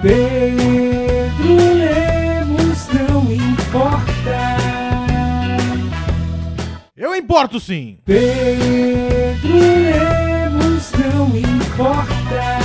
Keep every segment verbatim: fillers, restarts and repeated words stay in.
Pedro Lemos não importa. Eu importo sim. Pedro Lemos não importa.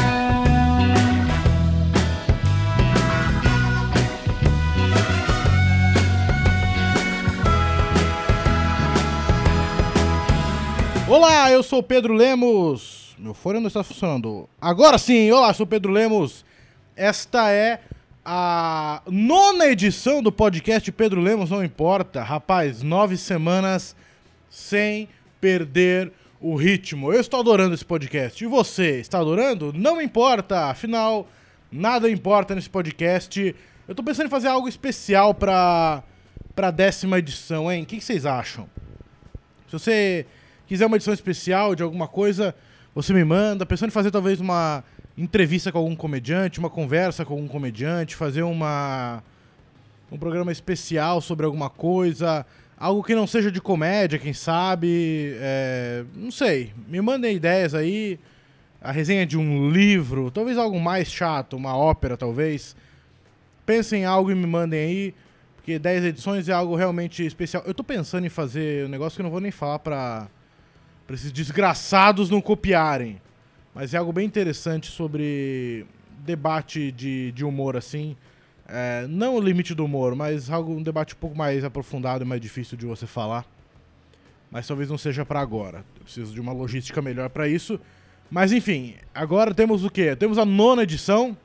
Olá, eu sou o Pedro Lemos. Meu fone não está funcionando. Agora sim, olá, sou o Pedro Lemos. Esta é a nona edição do podcast Pedro Lemos Não Importa. Rapaz, nove semanas sem perder o ritmo. Eu estou adorando esse podcast. E você, está adorando? Não importa, afinal, nada importa nesse podcast. Eu estou pensando em fazer algo especial para a décima edição, hein? O que, que vocês acham? Se você quiser uma edição especial de alguma coisa, você me manda. Pensando em fazer talvez uma entrevista com algum comediante, uma conversa com algum comediante, fazer uma um programa especial sobre alguma coisa, algo que não seja de comédia, quem sabe, é, não sei. Me mandem ideias aí, a resenha de um livro, talvez algo mais chato, uma ópera talvez. Pensem em algo e me mandem aí, porque dez edições é algo realmente especial. Eu tô pensando em fazer um negócio que eu não vou nem falar pra... para esses desgraçados não copiarem. Mas é algo bem interessante sobre debate de, de humor, assim. É, não o limite do humor, mas algo, um debate um pouco mais aprofundado e mais difícil de você falar. Mas talvez não seja para agora. Eu preciso de uma logística melhor para isso. Mas enfim, agora temos o quê? Temos a nona edição.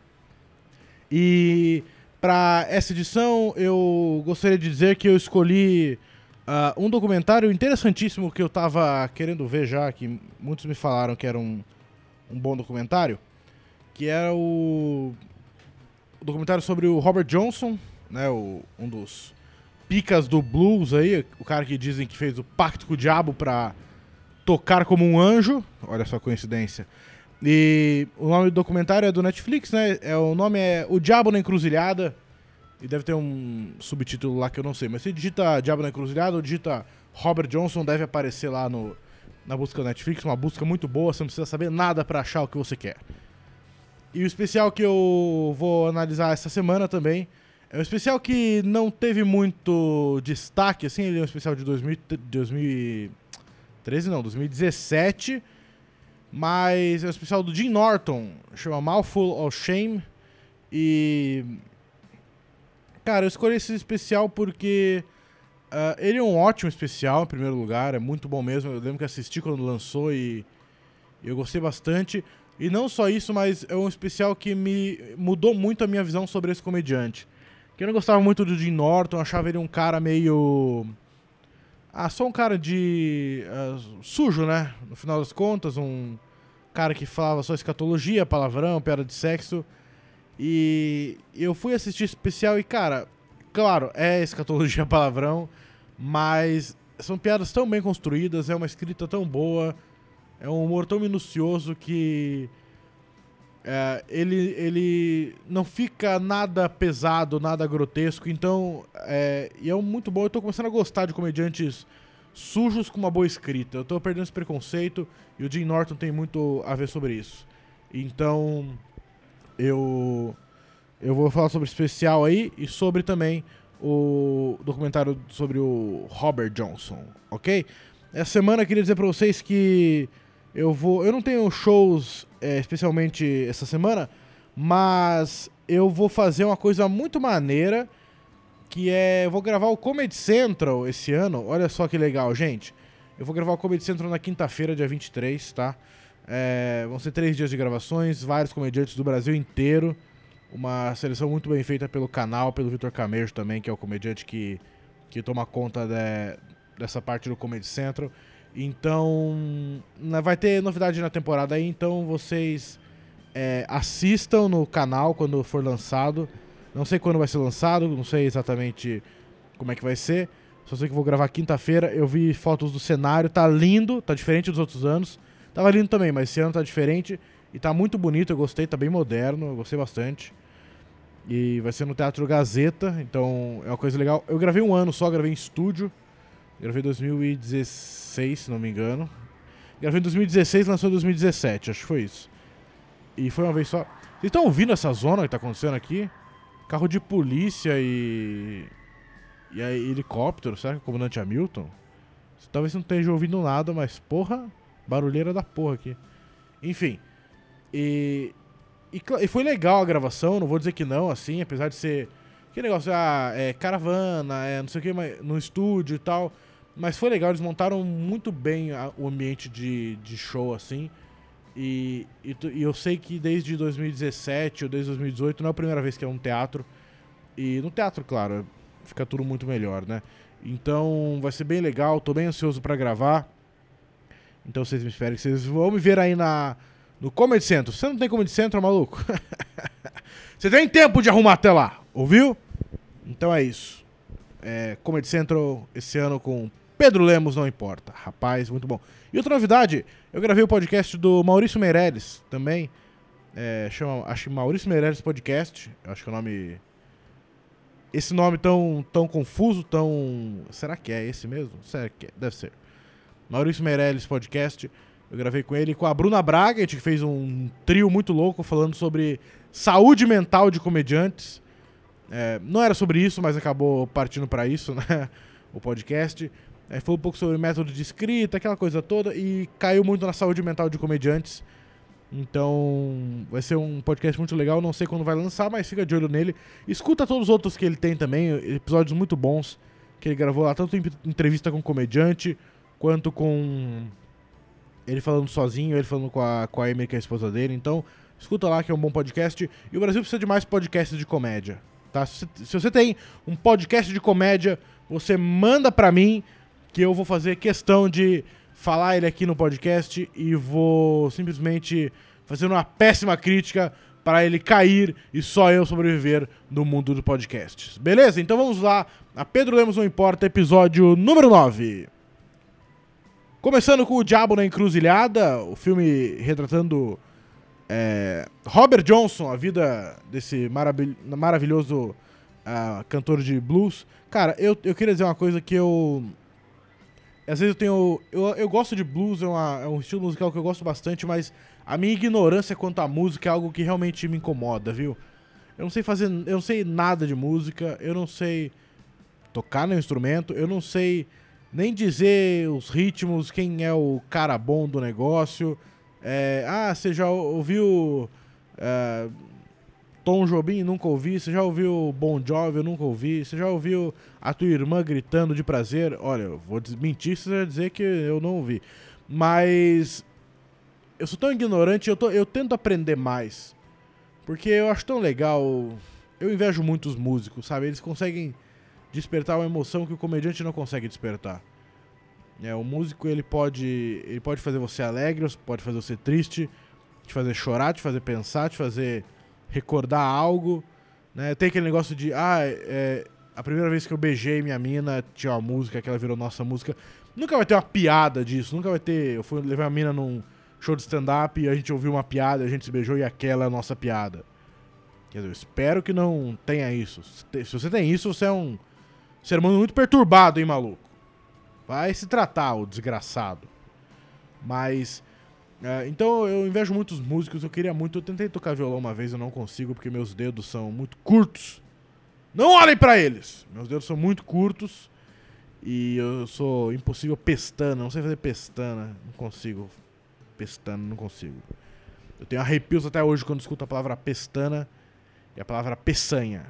E para essa edição eu gostaria de dizer que eu escolhi... Uh, um documentário interessantíssimo que eu tava querendo ver já, que muitos me falaram que era um, um bom documentário, que era o, o documentário sobre o Robert Johnson, né, o, um dos picas do blues aí, o cara que dizem que fez o pacto com o diabo pra tocar como um anjo, olha só a coincidência. E o nome do documentário é do Netflix, né, é, o nome é O Diabo na Encruzilhada. E deve ter um subtítulo lá que eu não sei. Mas se digita Diabo na Encruzilhada ou digita Robert Johnson, deve aparecer lá no, na busca da Netflix. Uma busca muito boa, você não precisa saber nada pra achar o que você quer. E o especial que eu vou analisar essa semana também é um especial que não teve muito destaque, assim. Ele é um especial de dois mil, dois mil e treze, não, dois mil e dezessete. Mas é um especial do Jim Norton, chama Mouthful of Shame. E... cara, eu escolhi esse especial porque uh, ele é um ótimo especial, em primeiro lugar, é muito bom mesmo. Eu lembro que assisti quando lançou e eu gostei bastante. E não só isso, mas é um especial que me mudou muito a minha visão sobre esse comediante. Que eu não gostava muito do Jim Norton, achava ele um cara meio... ah, só um cara de... Uh, sujo, né? No final das contas, um cara que falava só escatologia, palavrão, piada de sexo... E eu fui assistir esse especial e, cara, claro, é escatologia palavrão, mas são piadas tão bem construídas, é uma escrita tão boa, é um humor tão minucioso que é, ele, ele não fica nada pesado, nada grotesco, então é, e é muito bom. Eu tô começando a gostar de comediantes sujos com uma boa escrita, eu tô perdendo esse preconceito e o Jim Norton tem muito a ver sobre isso. Então... Eu, eu vou falar sobre o especial aí e sobre também o documentário sobre o Robert Johnson, ok? Essa semana eu queria dizer pra vocês que eu vou... eu não tenho shows é, especialmente essa semana, mas eu vou fazer uma coisa muito maneira, que é... eu vou gravar o Comedy Central esse ano. Olha só que legal, gente. Eu vou gravar o Comedy Central na quinta-feira, dia vinte e três, tá? É, vão ser três dias de gravações, vários comediantes do Brasil inteiro, uma seleção muito bem feita pelo canal, pelo Vitor Camejo também, que é o comediante que, que toma conta de, dessa parte do Comedy Central. Então, vai ter novidade na temporada aí, então vocês é, assistam no canal quando for lançado. Não sei quando vai ser lançado, não sei exatamente como é que vai ser, só sei que vou gravar quinta-feira. Eu vi fotos do cenário, tá lindo, tá diferente dos outros anos. Tava lindo também, mas esse ano tá diferente e tá muito bonito, eu gostei, tá bem moderno, eu gostei bastante. E vai ser no Teatro Gazeta, então é uma coisa legal. Eu gravei um ano só, gravei em estúdio, gravei em dois mil e dezesseis, se não me engano. Gravei em dois mil e dezesseis, lançou em dois mil e dezessete, acho que foi isso. E foi uma vez só. Vocês estão ouvindo essa zona que tá acontecendo aqui? Carro de polícia e... E aí, helicóptero, será que é o comandante Hamilton? Talvez não esteja ouvindo nada, mas porra, barulheira da porra aqui. Enfim, e, e, e foi legal a gravação, não vou dizer que não, assim, apesar de ser... Que negócio, ah, é caravana, é não sei o que, mas, no estúdio e tal. Mas foi legal, eles montaram muito bem a, o ambiente de, de show, assim. E, e, e eu sei que desde dois mil e dezessete ou desde dois mil e dezoito não é a primeira vez que é um teatro. E no teatro, claro, fica tudo muito melhor, né? Então vai ser bem legal, tô bem ansioso pra gravar. Então vocês me esperem, vocês vão me ver aí na, no Comedy Central. Você não tem Comedy Central, maluco? Você tem tempo de arrumar até lá, ouviu? Então é isso. É, Comedy Central esse ano com Pedro Lemos, não importa. Rapaz, muito bom. E outra novidade, eu gravei o podcast do Maurício Meirelles também. É, chama, acho que Maurício Meirelles Podcast. Acho que é o nome... Esse nome tão, tão confuso, tão... Será que é esse mesmo? Será que é? Deve ser. Maurício Meirelles Podcast. Eu gravei com ele e com a Bruna Braga. A gente fez um trio muito louco falando sobre saúde mental de comediantes. É, não era sobre isso, mas acabou partindo pra isso, né? O podcast. É, falou um pouco sobre método de escrita, aquela coisa toda. E caiu muito na saúde mental de comediantes. Então, vai ser um podcast muito legal. Não sei quando vai lançar, mas fica de olho nele. Escuta todos os outros que ele tem também. Episódios muito bons que ele gravou lá. Tanto em entrevista com comediante, quanto com ele falando sozinho, ele falando com a, com a Amy, que é a esposa dele. Então, escuta lá que é um bom podcast. E o Brasil precisa de mais podcasts de comédia, tá? Se você, se você tem um podcast de comédia, você manda pra mim, que eu vou fazer questão de falar ele aqui no podcast e vou simplesmente fazer uma péssima crítica para ele cair e só eu sobreviver no mundo do podcast. Beleza? Então vamos lá. A Pedro Lemos Não Importa, episódio número nove. Começando com O Diabo na Encruzilhada, o filme retratando é, Robert Johnson, a vida desse marav- maravilhoso uh, cantor de blues. Cara, eu, eu queria dizer uma coisa que eu... Às vezes eu tenho... Eu, eu gosto de blues, é, uma, é um estilo musical que eu gosto bastante, mas a minha ignorância quanto à música é algo que realmente me incomoda, viu? Eu não sei fazer... Eu não sei nada de música, eu não sei tocar no instrumento, eu não sei nem dizer os ritmos, quem é o cara bom do negócio. É, ah, você já ouviu é, Tom Jobim? Nunca ouvi. Você já ouviu Bon Jovi? Eu nunca ouvi. Você já ouviu a tua irmã gritando de prazer? Olha, eu vou mentir se você dizer que eu não ouvi. Mas eu sou tão ignorante, eu, tô, eu tento aprender mais. Porque eu acho tão legal. Eu invejo muito os músicos, sabe? Eles conseguem despertar uma emoção que o comediante não consegue despertar. É, o músico, ele pode, ele pode fazer você alegre, pode fazer você triste, te fazer chorar, te fazer pensar, te fazer recordar algo, né? Tem aquele negócio de, ah, é, a primeira vez que eu beijei minha mina, tinha uma música que ela virou nossa música. Nunca vai ter uma piada disso, nunca vai ter... Eu fui levar a mina num show de stand-up e a gente ouviu uma piada, a gente se beijou e aquela é a nossa piada. Quer dizer, eu espero que não tenha isso. Se você tem isso, você é um ser humano muito perturbado, hein, maluco? Vai se tratar, o desgraçado. Mas... É, então eu invejo muitos músicos, eu queria muito... Eu tentei tocar violão uma vez, eu não consigo porque meus dedos são muito curtos. Não olhem pra eles! Meus dedos são muito curtos e eu sou impossível pestana, não sei fazer pestana, não consigo. Pestana, não consigo. Eu tenho arrepios até hoje quando escuto a palavra pestana e a palavra peçanha.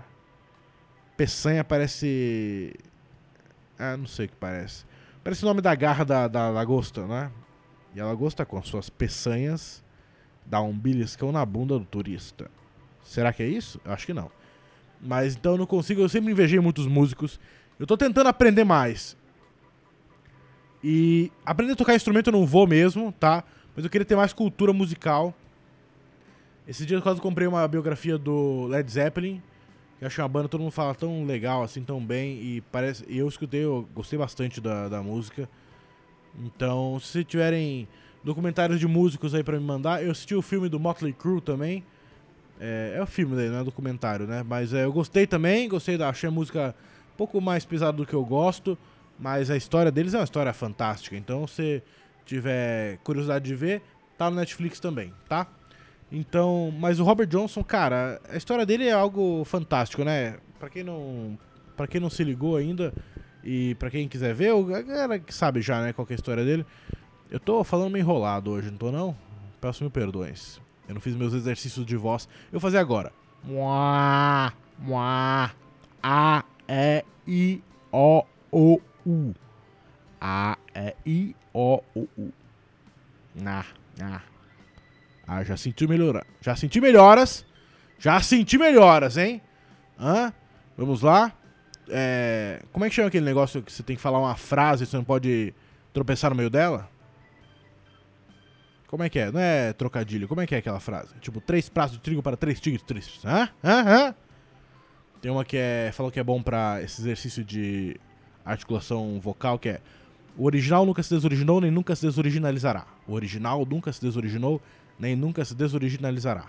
Peçanha parece... Ah, não sei o que parece. Parece o nome da garra da, da lagosta, né? E a lagosta com suas peçanhas dá um beliscão na bunda do turista. Será que é isso? Eu acho que não. Mas então eu não consigo, eu sempre invejei muitos músicos. Eu tô tentando aprender mais. E aprender a tocar instrumento eu não vou mesmo, tá? Mas eu queria ter mais cultura musical. Esses dias eu quase comprei uma biografia do Led Zeppelin. Eu acho uma banda, todo mundo fala tão legal, assim, tão bem. E parece, e eu escutei, eu gostei bastante da, da música. Então, se tiverem documentários de músicos aí pra me mandar, eu assisti o filme do Motley Crue também. É, é o filme dele, não é documentário, né? Mas é, eu gostei também, gostei da, achei a música um pouco mais pesada do que eu gosto, mas a história deles é uma história fantástica. Então, se tiver curiosidade de ver, tá no Netflix também, tá? Então, mas o Robert Johnson, cara, a história dele é algo fantástico, né? Pra quem não, pra quem não se ligou ainda e pra quem quiser ver, a galera que sabe já, né, qual que é a história dele. Eu tô falando meio enrolado hoje, não tô não? Peço mil perdões. Eu não fiz meus exercícios de voz. Eu vou fazer agora. Mua, mua, A, E, I, O, O, U. A, E, I, O, O, U. Na, na. Ah, já senti melhora. Já senti melhoras. Já senti melhoras, hein? Hã? Vamos lá. É... Como é que chama aquele negócio que você tem que falar uma frase e você não pode tropeçar no meio dela? Como é que é? Não é trocadilho. Como é que é aquela frase? Tipo, três pratos de trigo para três tigres tristes. Hã? Hã? Hã? Tem uma que é... Falou que é bom pra esse exercício de articulação vocal, que é: o original nunca se desoriginou, nem nunca se desoriginalizará. O original nunca se desoriginou, nem nunca se desoriginalizará.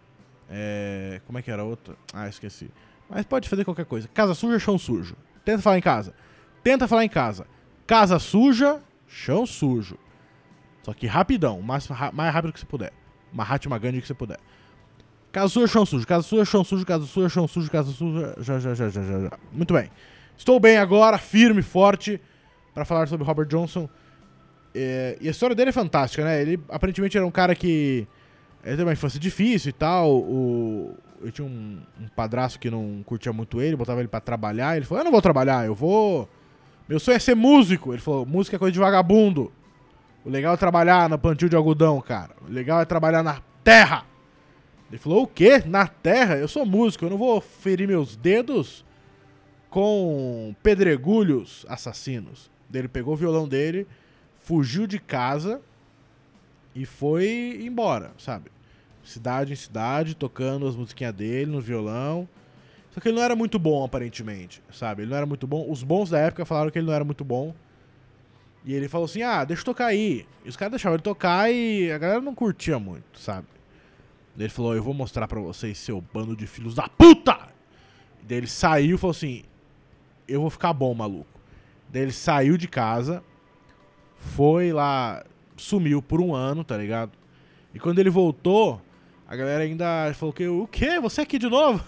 É... Como é que era a outra? Ah, esqueci. Mas pode fazer qualquer coisa. Casa suja, chão sujo. Tenta falar em casa. Tenta falar em casa. Casa suja, chão sujo. Só que rapidão, mais, mais rápido que você puder. Mahatma Gandhi que você puder. Casa suja, chão sujo. Casa suja, chão sujo. Casa suja, chão sujo. Casa suja, já, já, já, já, já, já. Muito bem. Estou bem agora, firme, forte, pra falar sobre Robert Johnson. É, e a história dele é fantástica, né? Ele aparentemente era um cara que... Ele teve uma infância difícil e tal. O, eu tinha um, um padrasto que não curtia muito ele, botava ele pra trabalhar. Ele falou: eu não vou trabalhar, eu vou... Meu sonho é ser músico. Ele falou: música é coisa de vagabundo. O legal é trabalhar no plantio de algodão, cara. O legal é trabalhar na terra. Ele falou: o quê? Na terra? Eu sou músico, eu não vou ferir meus dedos com pedregulhos assassinos. Ele pegou o violão dele, fugiu de casa e foi embora, sabe? Cidade em cidade, tocando as musiquinhas dele no violão. Só que ele não era muito bom, aparentemente, sabe? Ele não era muito bom. Os bons da época falaram que ele não era muito bom. E ele falou assim: ah, deixa eu tocar aí. E os caras deixavam ele tocar e a galera não curtia muito, sabe? Daí ele falou: eu vou mostrar pra vocês, seu bando de filhos da puta! Daí ele saiu e falou assim: eu vou ficar bom, maluco. Daí ele saiu de casa, foi lá, sumiu por um ano, tá ligado? E quando ele voltou, a galera ainda falou que: o quê? Você aqui de novo?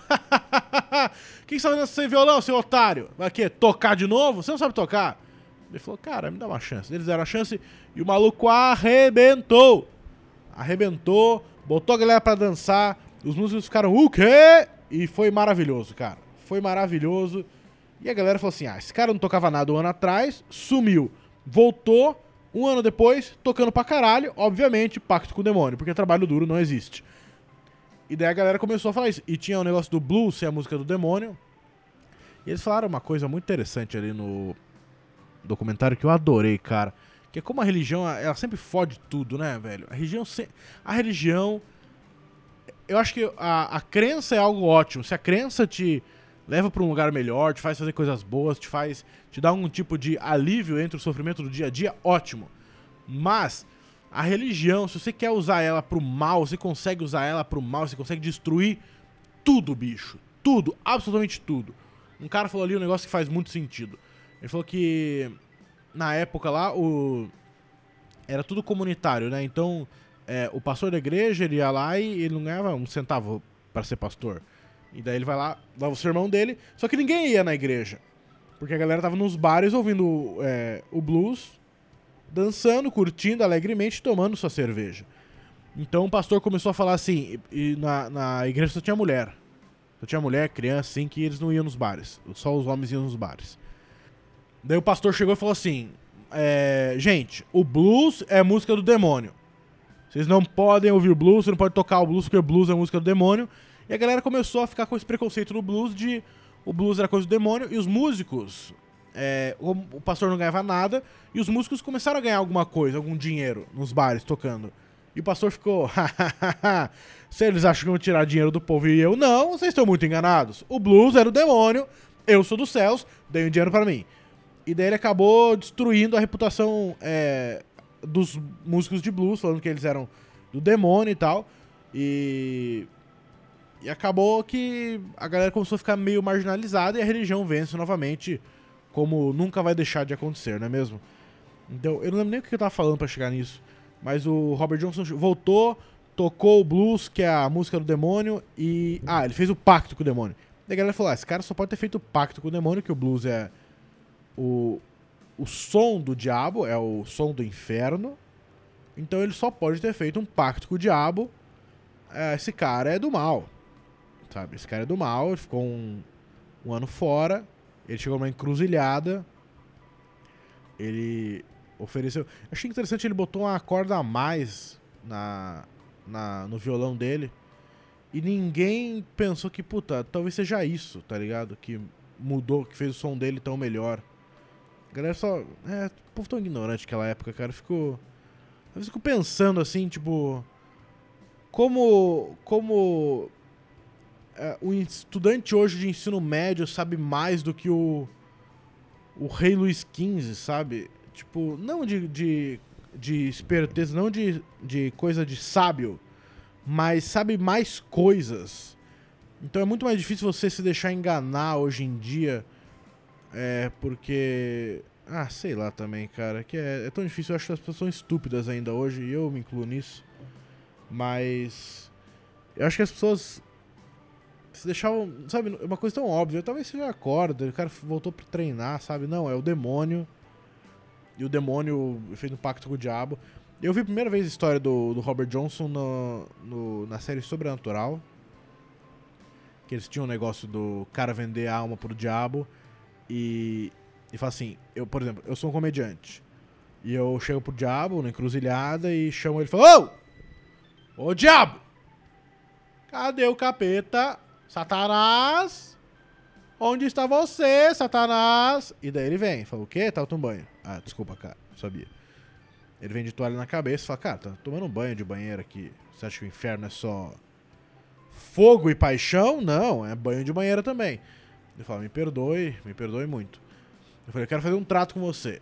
O que você tá fazendo sem violão, seu otário? Vai o quê? Tocar de novo? Você não sabe tocar? Ele falou: cara, me dá uma chance. Eles deram a chance e o maluco arrebentou. Arrebentou, botou a galera pra dançar, os músicos ficaram: o quê? E foi maravilhoso, cara. Foi maravilhoso. E a galera falou assim: ah, esse cara não tocava nada um ano atrás, sumiu. Voltou, um ano depois, tocando pra caralho, obviamente, pacto com o demônio, porque trabalho duro não existe. E daí a galera começou a falar isso. E tinha o negócio do blues, ser a música do demônio. E eles falaram uma coisa muito interessante ali no documentário que eu adorei, cara. Que é como a religião, ela sempre fode tudo, né, velho? A religião... Se... A religião... Eu acho que a, a crença é algo ótimo. Se a crença te leva pra um lugar melhor, te faz fazer coisas boas, te faz... Te dá um tipo de alívio entre o sofrimento do dia a dia, ótimo. Mas... A religião, se você quer usar ela pro mal, você consegue usar ela pro mal, você consegue destruir tudo, bicho. Tudo, absolutamente tudo. Um cara falou ali um negócio que faz muito sentido. Ele falou que na época lá, o... era tudo comunitário, né? Então, é, o pastor da igreja, ele ia lá e ele não ganhava um centavo pra ser pastor. E daí ele vai lá, dava o sermão dele, só que ninguém ia na igreja. Porque a galera tava nos bares ouvindo é, o blues, dançando, curtindo alegremente, tomando sua cerveja. Então o pastor começou a falar assim, e na, na igreja só tinha mulher. Só tinha mulher, criança, assim, que eles não iam nos bares. Só os homens iam nos bares. Daí o pastor chegou e falou assim, é, gente, o blues é música do demônio. Vocês não podem ouvir blues, você não pode tocar o blues, porque o blues é música do demônio. E a galera começou a ficar com esse preconceito no blues de o blues era coisa do demônio, e os músicos... É, o, o pastor não ganhava nada e os músicos começaram a ganhar alguma coisa, algum dinheiro nos bares tocando. E o pastor ficou: se eles acham que vão tirar dinheiro do povo e eu não, vocês estão muito enganados. O blues era o demônio, eu sou dos céus, dei um dinheiro pra mim. E daí ele acabou destruindo a reputação é, dos músicos de blues, falando que eles eram do demônio e tal. E... E acabou que a galera começou a ficar meio marginalizada e a religião vence novamente, como nunca vai deixar de acontecer, não é mesmo? Então, eu não lembro nem o que eu tava falando pra chegar nisso, mas o Robert Johnson voltou, tocou o blues, que é a música do demônio, e... Ah, ele fez o pacto com o demônio. Daí a galera falou, ah, esse cara só pode ter feito o pacto com o demônio, que o blues é o, o som do diabo, é o som do inferno. Então ele só pode ter feito um pacto com o diabo. É, esse cara é do mal, sabe? Esse cara é do mal, ele ficou um, um ano fora, ele chegou numa encruzilhada, ele ofereceu... Achei interessante, ele botou uma corda a mais na, na, no violão dele, e ninguém pensou que, puta, talvez seja isso, tá ligado? Que mudou, que fez o som dele tão melhor. A galera só... É, o povo tão ignorante naquela época, cara. Ficou... Eu fico pensando assim, tipo... Como... Como... É, o estudante hoje de ensino médio sabe mais do que o... O rei Luís quinze, sabe? Tipo, não de... de, de esperteza, não de, de coisa de sábio, mas sabe mais coisas. Então é muito mais difícil você se deixar enganar hoje em dia. É, porque... Ah, sei lá também, cara. Que é, é tão difícil. Eu acho que as pessoas são estúpidas ainda hoje, e eu me incluo nisso. Mas... Eu acho que as pessoas... Se deixavam... Sabe, é uma coisa tão óbvia. Talvez seja a corda, o cara voltou pra treinar, sabe? Não, é o demônio. E o demônio fez um pacto com o diabo. Eu vi a primeira vez a história do, do Robert Johnson no, no, na série Sobrenatural. Que eles tinham um negócio do cara vender a alma pro diabo. E, e fala assim, eu, por exemplo, eu sou um comediante. E eu chego pro diabo na encruzilhada e chamo ele e falo, ô! Ô diabo! Cadê o capeta? Satanás! Onde está você, Satanás? E daí ele vem, fala, o quê? Tá tomando banho. Ah, desculpa, cara, não sabia. Ele vem de toalha na cabeça e fala, cara, tá tomando um banho de banheiro aqui. Você acha que o inferno é só fogo e paixão? Não, é banho de banheiro também. Ele fala, me perdoe, me perdoe muito. Eu falei, eu quero fazer um trato com você.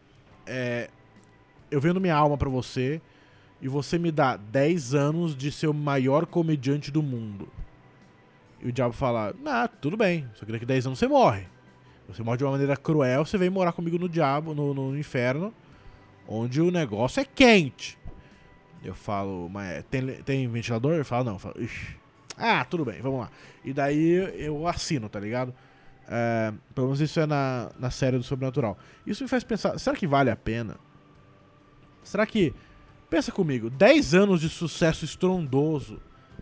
É, eu vendo minha alma pra você e você me dá dez anos de ser o maior comediante do mundo. E o diabo fala, ah, tudo bem, só que daqui dez anos você morre. Você morre de uma maneira cruel, você vem morar comigo no diabo, no, no inferno, onde o negócio é quente. Eu falo, mas tem, tem ventilador? Ele fala, não. Eu falo, ixi. Ah, tudo bem, vamos lá. E daí eu assino, tá ligado? É, pelo menos isso é na, na série do Sobrenatural. Isso me faz pensar, será que vale a pena? Será que... Pensa comigo, dez anos de sucesso estrondoso.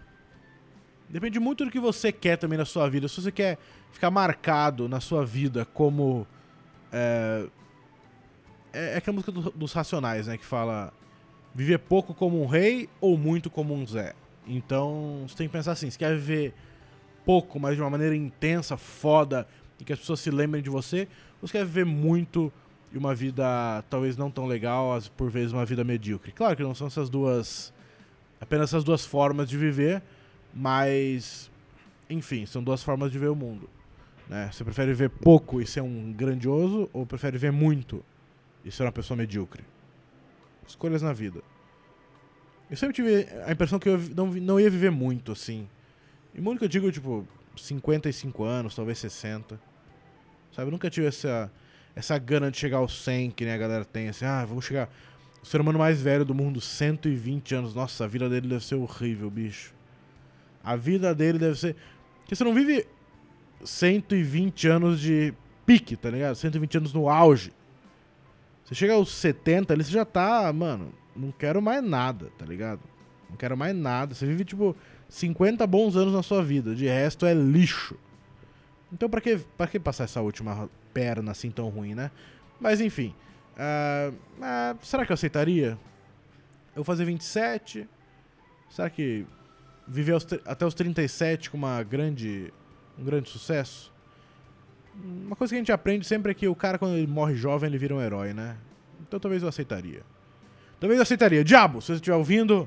Depende muito do que você quer também na sua vida. Se você quer ficar marcado na sua vida como... É, é, é aquela música do, dos Racionais, né? Que fala... Viver pouco como um rei ou muito como um Zé. Então, você tem que pensar assim, você quer viver pouco, mas de uma maneira intensa, foda, e que as pessoas se lembrem de você, ou você quer viver muito e uma vida talvez não tão legal, por vezes uma vida medíocre. Claro que não são essas duas... apenas essas duas formas de viver, mas... enfim, são duas formas de ver o mundo. Né? Você prefere ver pouco e ser um grandioso, ou prefere ver muito e ser uma pessoa medíocre? Escolhas na vida. Eu sempre tive a impressão que eu não, não ia viver muito, assim. E muito que eu digo, tipo, cinquenta e cinco anos, talvez sessenta. Sabe, eu nunca tive essa, essa gana de chegar aos cem, que nem a galera tem, assim, ah, vamos chegar... O ser humano mais velho do mundo, cento e vinte anos. Nossa, a vida dele deve ser horrível, bicho. A vida dele deve ser... Porque você não vive cento e vinte anos de pique, tá ligado? cento e vinte anos no auge. Você chega aos setenta ali, você já tá, mano, não quero mais nada, tá ligado? Não quero mais nada. Você vive, tipo, cinquenta bons anos na sua vida. De resto é lixo. Então pra que, pra que passar essa última perna assim tão ruim, né? Mas enfim. Uh, uh, será que eu aceitaria? Eu vou fazer vinte e sete. Será que viver aos, até os trinta e sete com uma grande, um grande sucesso? Uma coisa que a gente aprende sempre é que o cara, quando ele morre jovem, ele vira um herói, né? Então talvez eu aceitaria. Talvez eu aceitaria. Diabo, se você estiver ouvindo,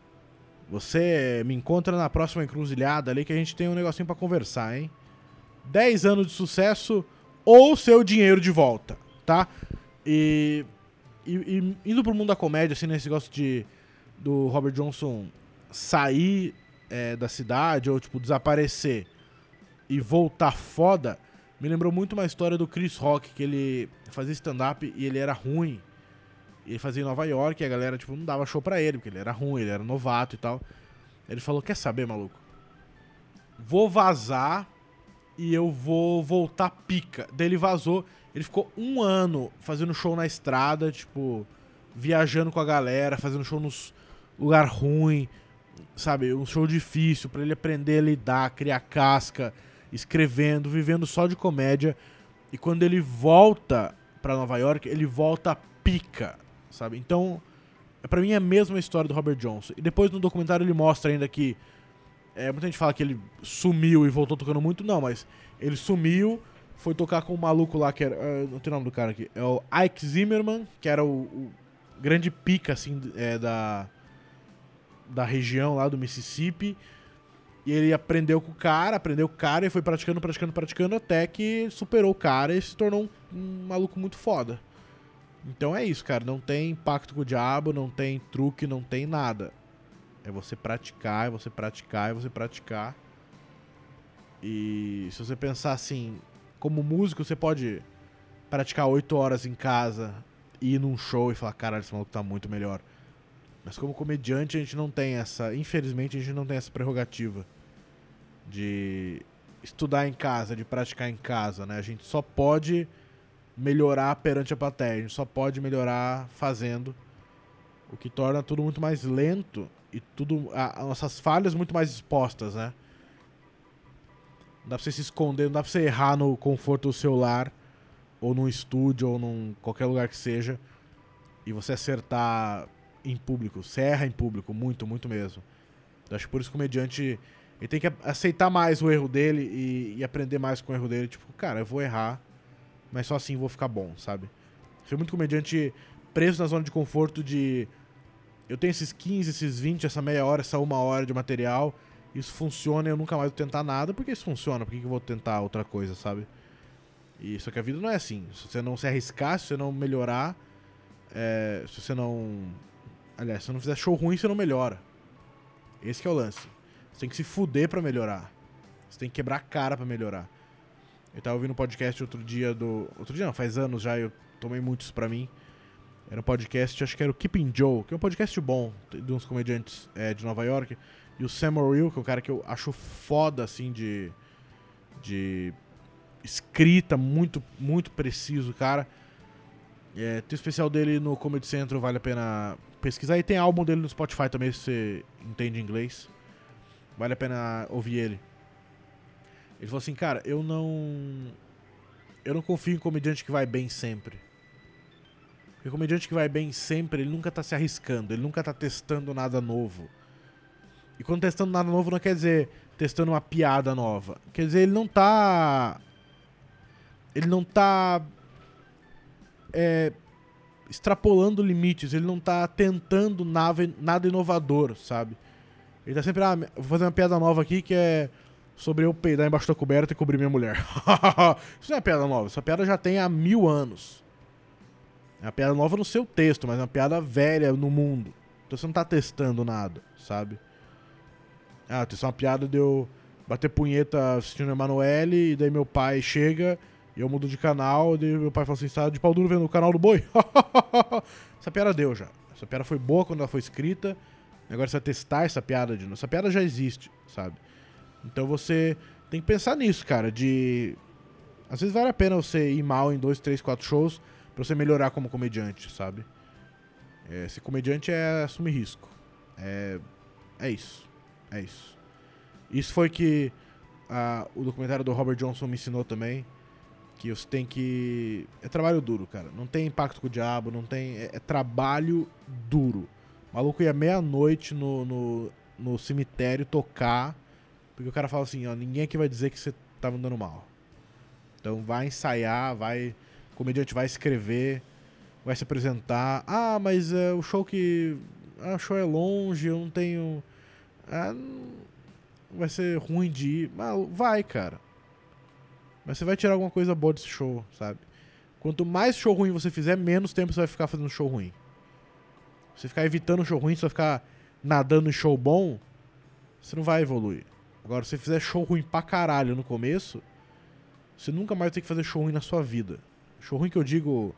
você me encontra na próxima encruzilhada ali que a gente tem um negocinho pra conversar, hein? dez anos de sucesso ou seu dinheiro de volta, tá? E, e, e indo pro mundo da comédia, assim, nesse negócio de do Robert Johnson sair é, da cidade ou, tipo, desaparecer e voltar foda, me lembrou muito uma história do Chris Rock, que ele fazia stand-up e ele era ruim. E ele fazia em Nova York e a galera, tipo, não dava show pra ele, porque ele era ruim, ele era novato e tal. Ele falou, quer saber, maluco? Vou vazar e eu vou voltar pica. Daí ele vazou, ele ficou um ano fazendo show na estrada, tipo, viajando com a galera, fazendo show nos lugar ruim, sabe? Um show difícil pra ele aprender a lidar, criar casca, escrevendo, vivendo só de comédia. E quando ele volta pra Nova York, ele volta pica, sabe? Então, pra mim é a mesma história do Robert Johnson. E depois no documentário ele mostra ainda que é, muita gente fala que ele sumiu e voltou tocando muito. Não, mas ele sumiu, foi tocar com um maluco lá que era... Uh, não tem o nome do cara aqui. É o Ike Zimmerman, que era o, o grande pica, assim, é, da, da região lá do Mississippi. E ele aprendeu com o cara, aprendeu com o cara e foi praticando, praticando, praticando até que superou o cara e se tornou um, um maluco muito foda. Então é isso, cara. Não tem pacto com o diabo, não tem truque, não tem nada. É você praticar, é você praticar, é você praticar. E se você pensar assim, como músico, você pode praticar oito horas em casa, ir num show e falar, caralho, esse maluco tá muito melhor. Mas como comediante a gente não tem essa, infelizmente a gente não tem essa prerrogativa de estudar em casa, de praticar em casa, né? A gente só pode melhorar perante a plateia, a gente só pode melhorar fazendo, o que torna tudo muito mais lento e tudo, a, as nossas falhas muito mais expostas, né? Não dá pra você se esconder, não dá pra você errar no conforto do seu lar, ou num estúdio, ou num qualquer lugar que seja, e você acertar em público. Você erra em público, muito, muito mesmo. Eu acho que por isso que o comediante ele tem que aceitar mais o erro dele e, e aprender mais com o erro dele. Tipo, cara, eu vou errar, mas só assim eu vou ficar bom, sabe? Tem muito comediante preso na zona de conforto de... Eu tenho esses quinze, esses vinte, essa meia hora, essa uma hora de material, isso funciona e eu nunca mais vou tentar nada, porque isso funciona, por que eu vou tentar outra coisa, sabe? E só que a vida não é assim. Se você não se arriscar, se você não melhorar, é, se você não... Aliás, se você não fizer show ruim, você não melhora. Esse que é o lance. Você tem que se fuder pra melhorar. Você tem que quebrar a cara pra melhorar. Eu tava ouvindo um podcast outro dia do... Outro dia não, faz anos já, eu tomei muitos pra mim. Era um podcast, acho que era o Keeping Joe, que é um podcast bom, de uns comediantes é, de Nova York. E o Sam Morril, que é um cara que eu acho foda, assim, de... De escrita, muito, muito preciso, cara. É, tem o especial dele no Comedy Central, vale a pena pesquisar. E tem álbum dele no Spotify também, se você entende inglês. Vale a pena ouvir ele. Ele falou assim, cara, eu não... Eu não confio em comediante que vai bem sempre. Porque comediante que vai bem sempre, ele nunca tá se arriscando, ele nunca tá testando nada novo. E quando testando nada novo não quer dizer testando uma piada nova. Quer dizer, ele não tá... Ele não tá... É, extrapolando limites, ele não tá tentando nada, nada inovador, sabe? Ele tá sempre, ah, vou fazer uma piada nova aqui que é sobre eu peidar embaixo da coberta e cobrir minha mulher. Isso não é uma piada nova, essa piada já tem há mil anos. É uma piada nova no seu texto, mas é uma piada velha no mundo. Então você não tá testando nada, sabe? Ah, tem só uma piada de eu bater punheta assistindo Emanuele e daí meu pai chega... E eu mudo de canal, e meu pai fala assim, está de pau duro vendo o canal do boi? Essa piada deu já. Essa piada foi boa quando ela foi escrita. Agora você vai testar essa piada de novo. Essa piada já existe, sabe? Então você tem que pensar nisso, cara. De... Às vezes vale a pena você ir mal em dois, três, quatro shows pra você melhorar como comediante, sabe? É, ser comediante é assumir risco. É, é isso. É isso. Isso foi que a, o documentário do Robert Johnson me ensinou também. Que você tem que... É trabalho duro, cara. Não tem impacto com o diabo, não tem... É, é trabalho duro. O maluco ia meia-noite no, no, no cemitério tocar, porque o cara fala assim, ó, ninguém aqui vai dizer que você tá mandando mal. Então vai ensaiar, vai... O comediante vai escrever, vai se apresentar. Ah, mas é, o show que... Ah, o show é longe, eu não tenho... Ah, vai ser ruim de ir. Mas vai, cara. Mas você vai tirar alguma coisa boa desse show, sabe? Quanto mais show ruim você fizer, menos tempo você vai ficar fazendo show ruim. Se você ficar evitando show ruim, se você vai ficar nadando em show bom, você não vai evoluir. Agora, se você fizer show ruim pra caralho no começo, você nunca mais vai ter que fazer show ruim na sua vida. Show ruim que eu digo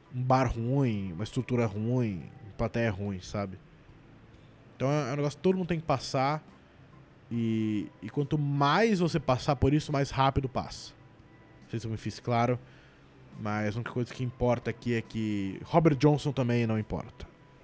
um bar ruim, uma estrutura ruim, uma plateia ruim, sabe? Então é um negócio que todo mundo tem que passar. E, e quanto mais você passar por isso, mais rápido passa. Não sei se eu me fiz claro, mas a única coisa que importa aqui é que Robert Johnson também não importa.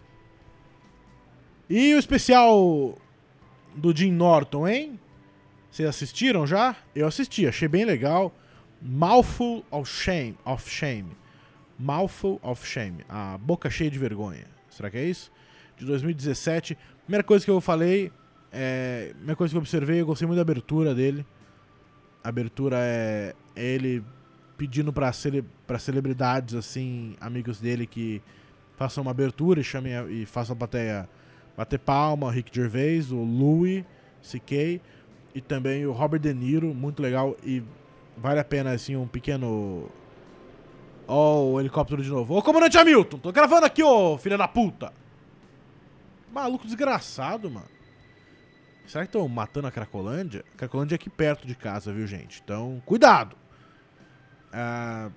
E o especial do Jim Norton, hein? Vocês assistiram já? Eu assisti, achei bem legal. Mouthful of Shame, of Shame. Mouthful of Shame. A boca cheia de vergonha. Será que é isso? De dois mil e dezessete. Primeira coisa que eu falei, é, primeira coisa que eu observei, eu gostei muito da abertura dele. A abertura é ele pedindo pra, cele, pra celebridades, assim, amigos dele, que façam uma abertura e, chamem a, e façam a plateia bater palma. O Rick Gervais, o Louis C K e também o Robert De Niro, muito legal. E vale a pena, assim, um pequeno... Ó, oh, o helicóptero de novo. Ô, comandante Hamilton, tô gravando aqui, ô, filha da puta. Maluco desgraçado, mano. Será que estão matando a Cracolândia? A Cracolândia é aqui perto de casa, viu, gente? Então, cuidado. Ah,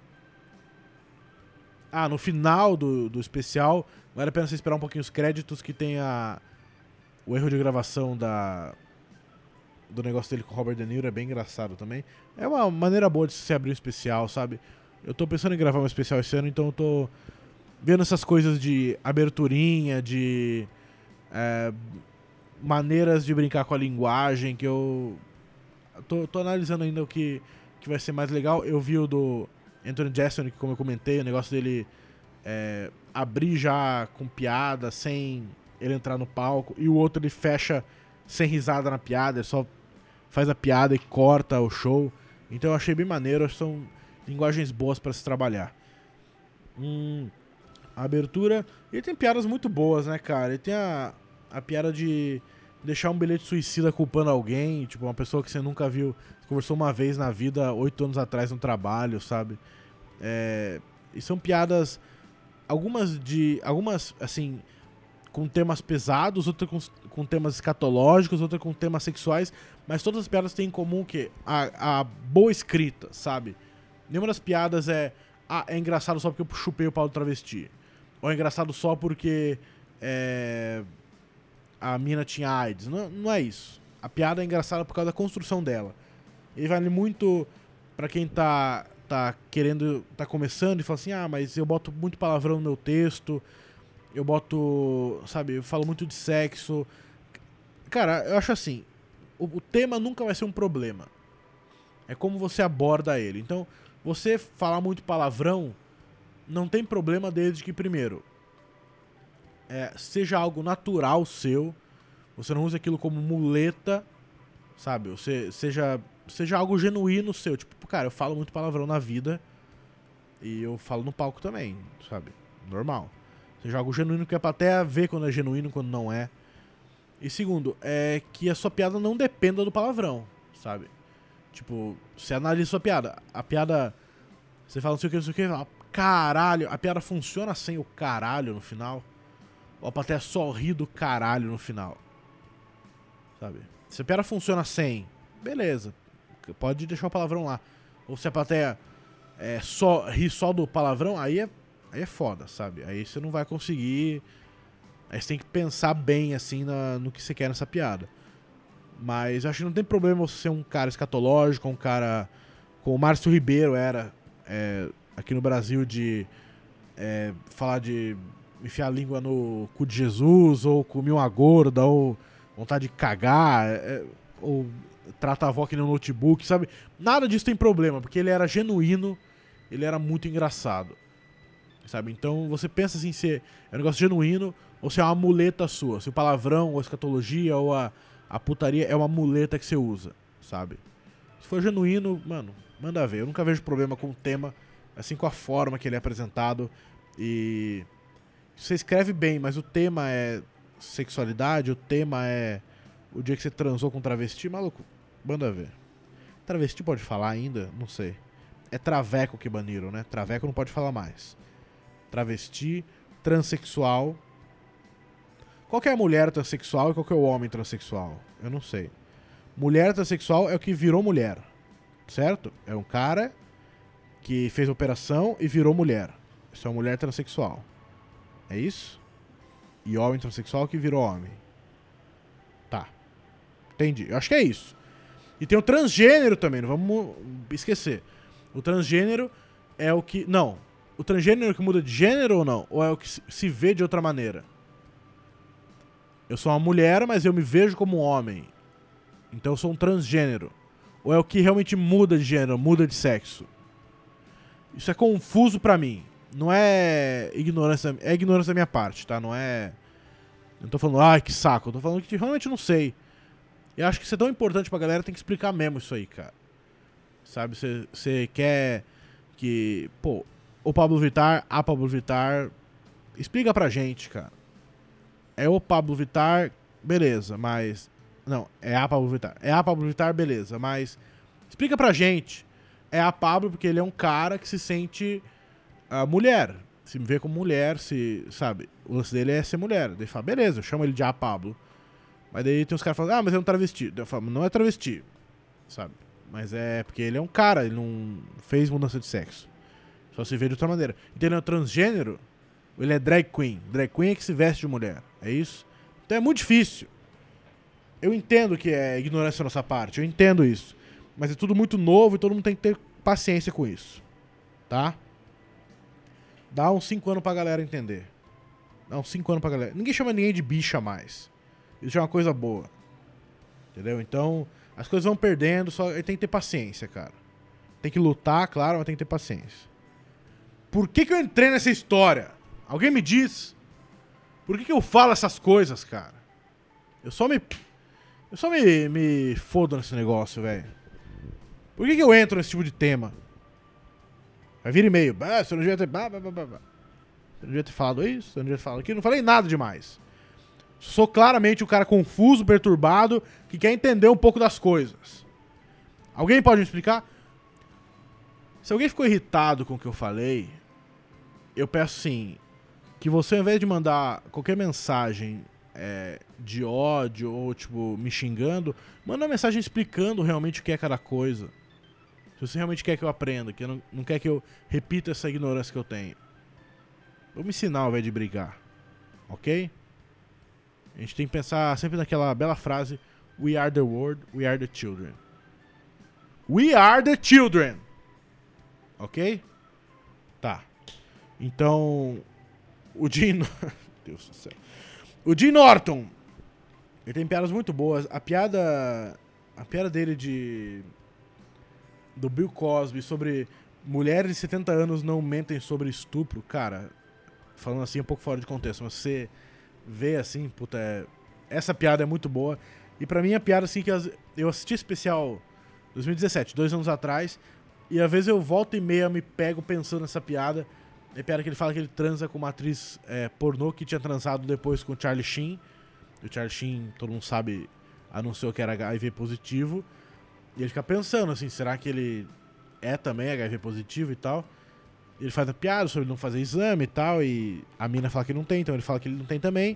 ah no final do, do especial, vale a pena você esperar um pouquinho os créditos, que tem a, o erro de gravação da, do negócio dele com o Robert De Niro, é bem engraçado também. É uma maneira boa de se abrir um especial, sabe? Eu tô pensando em gravar um especial esse ano, então eu tô vendo essas coisas de aberturinha, de é, maneiras de brincar com a linguagem, que eu tô, tô analisando ainda o que, que vai ser mais legal. Eu vi o do Anthony Jeselnik, como eu comentei, o negócio dele é, abrir já com piada, sem ele entrar no palco, e o outro ele fecha sem risada na piada, ele só faz a piada e corta o show. Então eu achei bem maneiro, são linguagens boas pra se trabalhar. Hum, a abertura... Ele tem piadas muito boas, né, cara? Ele tem a, a piada de deixar um bilhete suicida culpando alguém, tipo, uma pessoa que você nunca viu, conversou uma vez na vida, oito anos atrás no trabalho, sabe? É, e são piadas, algumas de... Algumas, assim, com temas pesados, outras com, com temas escatológicos, outras com temas sexuais, mas todas as piadas têm em comum que a, a boa escrita, sabe? Nenhuma das piadas é, ah, é engraçado só porque eu chupei o pau do travesti. Ou é engraçado só porque é, a mina tinha AIDS. Não, não é isso. A piada é engraçada por causa da construção dela. Ele vale muito pra quem tá, tá querendo, tá começando e fala assim, ah, mas eu boto muito palavrão no meu texto, eu boto, sabe, eu falo muito de sexo. Cara, eu acho assim, o, o tema nunca vai ser um problema. É como você aborda ele. Então, você falar muito palavrão não tem problema desde que, primeiro, é, seja algo natural seu, você não use aquilo como muleta, sabe? Você, seja, seja algo genuíno seu. Tipo, cara, eu falo muito palavrão na vida e eu falo no palco também, sabe? Normal. Seja algo genuíno que é pra até ver quando é genuíno e quando não é. E segundo, é que a sua piada não dependa do palavrão, sabe? Tipo, você analisa a sua piada. A piada... Você fala não sei o que, não sei o que, fala, caralho. A piada funciona sem o caralho no final. Ou a plateia só ri do caralho no final. Sabe? Se a piada funciona sem, beleza. Pode deixar o palavrão lá. Ou se a plateia é, só, ri só do palavrão, aí é, aí é foda, sabe? Aí você não vai conseguir... Aí você tem que pensar bem, assim, na, no que você quer nessa piada. Mas eu acho que não tem problema você ser um cara escatológico, um cara como o Márcio Ribeiro era é, aqui no Brasil, de é, falar de enfiar a língua no cu de Jesus, ou comer uma gorda, ou vontade de cagar, é, ou tratar a avó que nem um notebook, sabe? Nada disso tem problema, porque ele era genuíno, ele era muito engraçado, sabe? Então você pensa assim, se é um negócio genuíno, ou se é uma muleta sua, se o palavrão, ou a escatologia, ou a A putaria é uma muleta que você usa, sabe? Se for genuíno, mano, manda ver. Eu nunca vejo problema com o tema, assim, com a forma que ele é apresentado. E você escreve bem, mas o tema é sexualidade, o tema é o dia que você transou com travesti, maluco, manda ver. Travesti pode falar ainda? Não sei. É traveco que baniram, né? Traveco não pode falar mais. Travesti, transexual... Qual que é a mulher transexual e qual que é o homem transexual? Eu não sei. Mulher transexual é o que virou mulher, certo? É um cara que fez operação e virou mulher. Você é uma mulher transexual. É isso? E homem transexual que virou homem. Tá. Entendi. Eu acho que é isso. E tem o transgênero também, não vamos esquecer. O transgênero é o que... Não. O transgênero que muda de gênero ou não? Ou é o que se vê de outra maneira? Eu sou uma mulher, mas eu me vejo como um homem. Então eu sou um transgênero. Ou é o que realmente muda de gênero, muda de sexo? Isso é confuso pra mim. Não é ignorância... É ignorância da minha parte, tá? Não é... Eu não tô falando, ai, que saco. Eu tô falando que realmente não sei. Eu acho que isso é tão importante pra galera, tem que explicar mesmo isso aí, cara. Sabe, você quer que... Pô, o Pablo Vittar, a Pablo Vittar... Explica pra gente, cara. É o Pablo Vittar, beleza, mas... Não, é a Pablo Vittar. É a Pablo Vittar, beleza, mas... Explica pra gente. É a Pablo porque ele é um cara que se sente uh, mulher. Se me vê como mulher, se... Sabe, o lance dele é ser mulher. Daí fala, beleza, eu chamo ele de a Pablo. Mas daí tem uns caras falando, ah, mas ele é um travesti. Eu falo, não é travesti, sabe? Mas é porque ele é um cara, ele não fez mudança de sexo. Só se vê de outra maneira. Então ele é um transgênero, ele é drag queen. Drag queen é que se veste de mulher, é isso? Então é muito difícil. Eu entendo que é ignorância da nossa parte, eu entendo isso. Mas é tudo muito novo e todo mundo tem que ter paciência com isso. Tá? Dá uns cinco anos pra galera entender. Dá uns cinco anos pra galera. Ninguém chama ninguém de bicha mais. Isso é uma coisa boa. Entendeu? Então, as coisas vão perdendo, só tem que ter paciência, cara. Tem que lutar, claro, mas tem que ter paciência. Por que que eu entrei nessa história? Alguém me diz? Por que que eu falo essas coisas, cara? Eu só me... Eu só me, me fodo nesse negócio, velho. Por que que eu entro nesse tipo de tema? Vai vir e-mail. Ah, você não devia ter... Bah, bah, bah, bah. Você não devia ter falado isso? Você não devia ter falado aquilo? Não falei nada demais. Sou claramente um cara confuso, perturbado, que quer entender um pouco das coisas. Alguém pode me explicar? Se alguém ficou irritado com o que eu falei, eu peço sim, que você, ao invés de mandar qualquer mensagem é, de ódio ou, tipo, me xingando, manda uma mensagem explicando realmente o que é cada coisa. Se você realmente quer que eu aprenda, que eu não, não quer que eu repita essa ignorância que eu tenho. Vou me ensinar ao invés de brigar. Ok? A gente tem que pensar sempre naquela bela frase: We are the world, we are the children. We are the children. Ok? Tá. Então, o Jim... Deus do céu. O Jim Norton, ele tem piadas muito boas. A piada... A piada dele de... Do Bill Cosby sobre mulheres de setenta anos não mentem sobre estupro. Cara, falando assim um pouco fora de contexto, mas você vê assim, puta, é... essa piada é muito boa. E pra mim a piada assim que eu assisti especial dois mil e dezessete, dois anos atrás, e às vezes eu volto e meia me pego pensando nessa piada. É a piada que ele fala que ele transa com uma atriz é, pornô que tinha transado depois com o Charlie Sheen. O Charlie Sheen, todo mundo sabe, anunciou que era H I V positivo. E ele fica pensando assim, será que ele é também H I V positivo e tal? Ele faz a piada sobre não fazer exame e tal, e a mina fala que não tem, então ele fala que ele não tem também.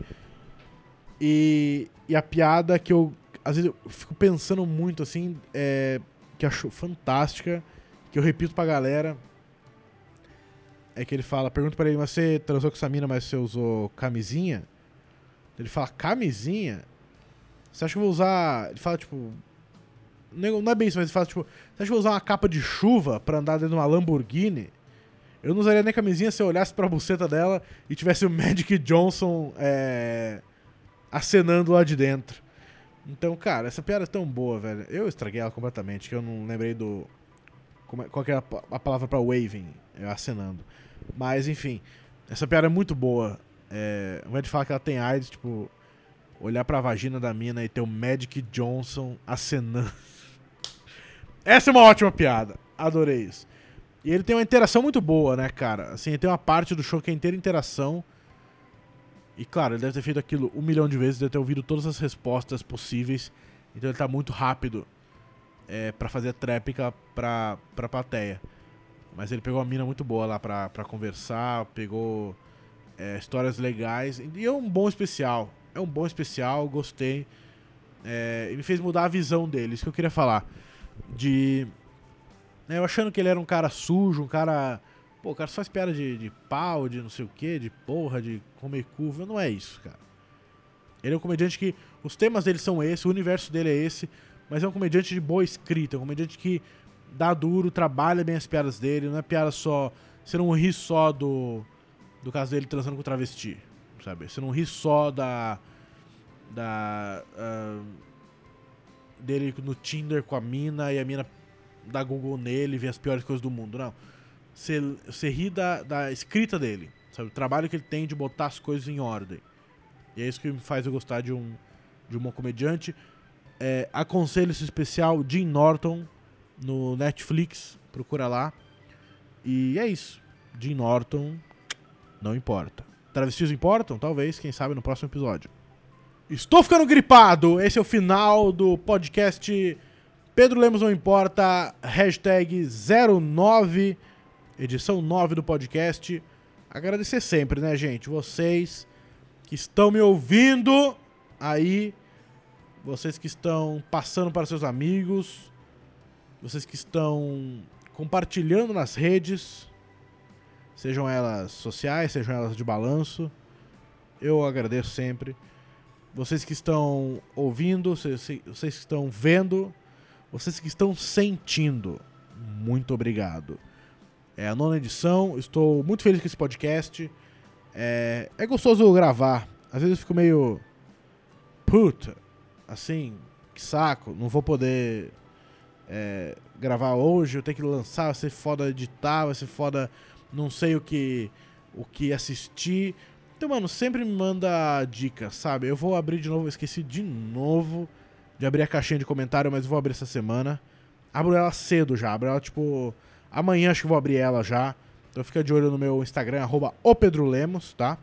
E, e a piada que eu, às vezes, eu fico pensando muito assim, é, que eu acho fantástica, que eu repito pra galera, é que ele fala, pergunta pra ele, mas você transou com essa mina, mas você usou camisinha? Ele fala, camisinha? Você acha que eu vou usar... Ele fala, tipo... Não é bem isso, mas ele fala, tipo... Você acha que eu vou usar uma capa de chuva pra andar dentro de uma Lamborghini? Eu não usaria nem camisinha se eu olhasse pra buceta dela e tivesse o Magic Johnson é, acenando lá de dentro. Então, cara, essa piada é tão boa, velho. Eu estraguei ela completamente, que eu não lembrei do... Qual que é a palavra pra waving? É acenando. Mas, enfim, essa piada é muito boa. É, ao invés de falar que ela tem AIDS, tipo, olhar pra vagina da mina e ter o Magic Johnson acenando. Essa é uma ótima piada. Adorei isso. E ele tem uma interação muito boa, né, cara? Assim, tem uma parte do show que é inteira interação. E, claro, ele deve ter feito aquilo um milhão de vezes, deve ter ouvido todas as respostas possíveis. Então ele tá muito rápido é, pra fazer a tréplica pra, pra plateia. Mas ele pegou uma mina muito boa lá pra, pra conversar, pegou é, histórias legais. E é um bom especial. É um bom especial, gostei. É, e me fez mudar a visão dele, isso que eu queria falar. De... Eu achando que ele era um cara sujo, um cara Pô, o cara só faz piada de, de pau, de não sei o que, de porra, de comer curva. Não é isso, cara. Ele é um comediante que... Os temas dele são esses, o universo dele é esse, mas é um comediante de boa escrita, é um comediante que dá duro, trabalha bem as piadas dele, não é piada só... Você não ri só do... Do caso dele transando com travesti, sabe? Você não ri só da... Da... Uh, dele no Tinder com a mina e a mina dá Google nele e vê as piores coisas do mundo, não. Você, você ri da, da escrita dele, sabe? O trabalho que ele tem de botar as coisas em ordem. E é isso que me faz eu gostar de um, de um bom comediante. É, aconselho esse especial, Jim Norton, no Netflix, procura lá. E é isso. Jim Norton, não importa. Travestis importam? Talvez, quem sabe no próximo episódio. Estou ficando gripado! Esse é o final do podcast Pedro Lemos Não Importa, hashtag zero nove, edição nove do podcast. Agradecer sempre, né, gente? Vocês que estão me ouvindo aí, vocês que estão passando para seus amigos, vocês que estão compartilhando nas redes, sejam elas sociais, sejam elas de balanço, eu agradeço sempre. Vocês que estão ouvindo, vocês, vocês que estão vendo, vocês que estão sentindo, muito obrigado. É a nona edição, estou muito feliz com esse podcast. É, é gostoso gravar. Às vezes eu fico meio... Puta, assim, que saco, não vou poder é, gravar hoje, eu tenho que lançar, vai ser foda editar, vai ser foda não sei o que, o que assistir. Então, mano, sempre me manda dicas, sabe? Eu vou abrir de novo, eu esqueci de novo de abrir a caixinha de comentário, mas eu vou abrir essa semana. Abro ela cedo já, abro ela tipo... Amanhã acho que vou abrir ela já. Então fica de olho no meu Instagram, arroba o Pedro Lemos, tá?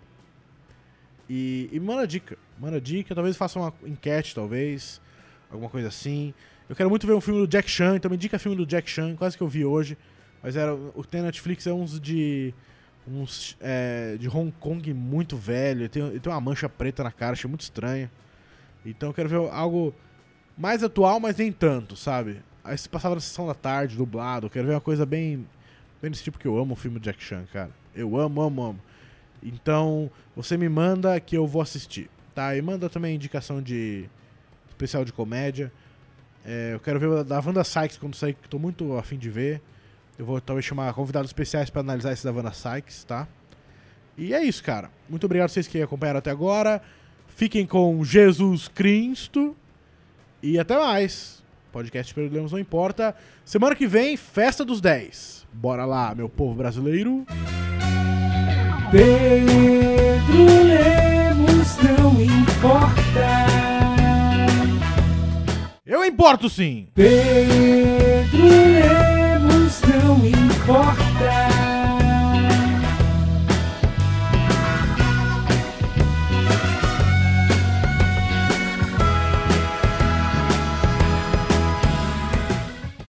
E, e manda dica, manda dica, talvez faça uma enquete, talvez, alguma coisa assim. Eu quero muito ver um filme do Jack Chan, então me indica filme do Jack Chan, quase que eu vi hoje. Mas era, o que tem na Netflix é uns de... Uns é, de Hong Kong muito velho, ele tem, ele tem uma mancha preta na cara, achei muito estranho. Então eu quero ver algo mais atual, mas nem tanto, sabe? Aí se passava na sessão da tarde, dublado, eu quero ver uma coisa bem... Bem desse tipo, que eu amo o filme do Jack Chan, cara. Eu amo, amo, amo. Então, você me manda que eu vou assistir, tá? E manda também indicação de especial de comédia. É, eu quero ver o da Wanda Sykes quando sair, que tô muito afim de ver. Eu vou talvez chamar convidados especiais pra analisar esse da Wanda Sykes, tá? E é isso, cara. Muito obrigado a vocês que acompanharam até agora. Fiquem com Jesus Cristo. E até mais. Podcast Pedro Lemos Não Importa. Semana que vem, Festa dos dez. Bora lá, meu povo brasileiro. Pedro Lemos não importa. Eu importo sim. Pedro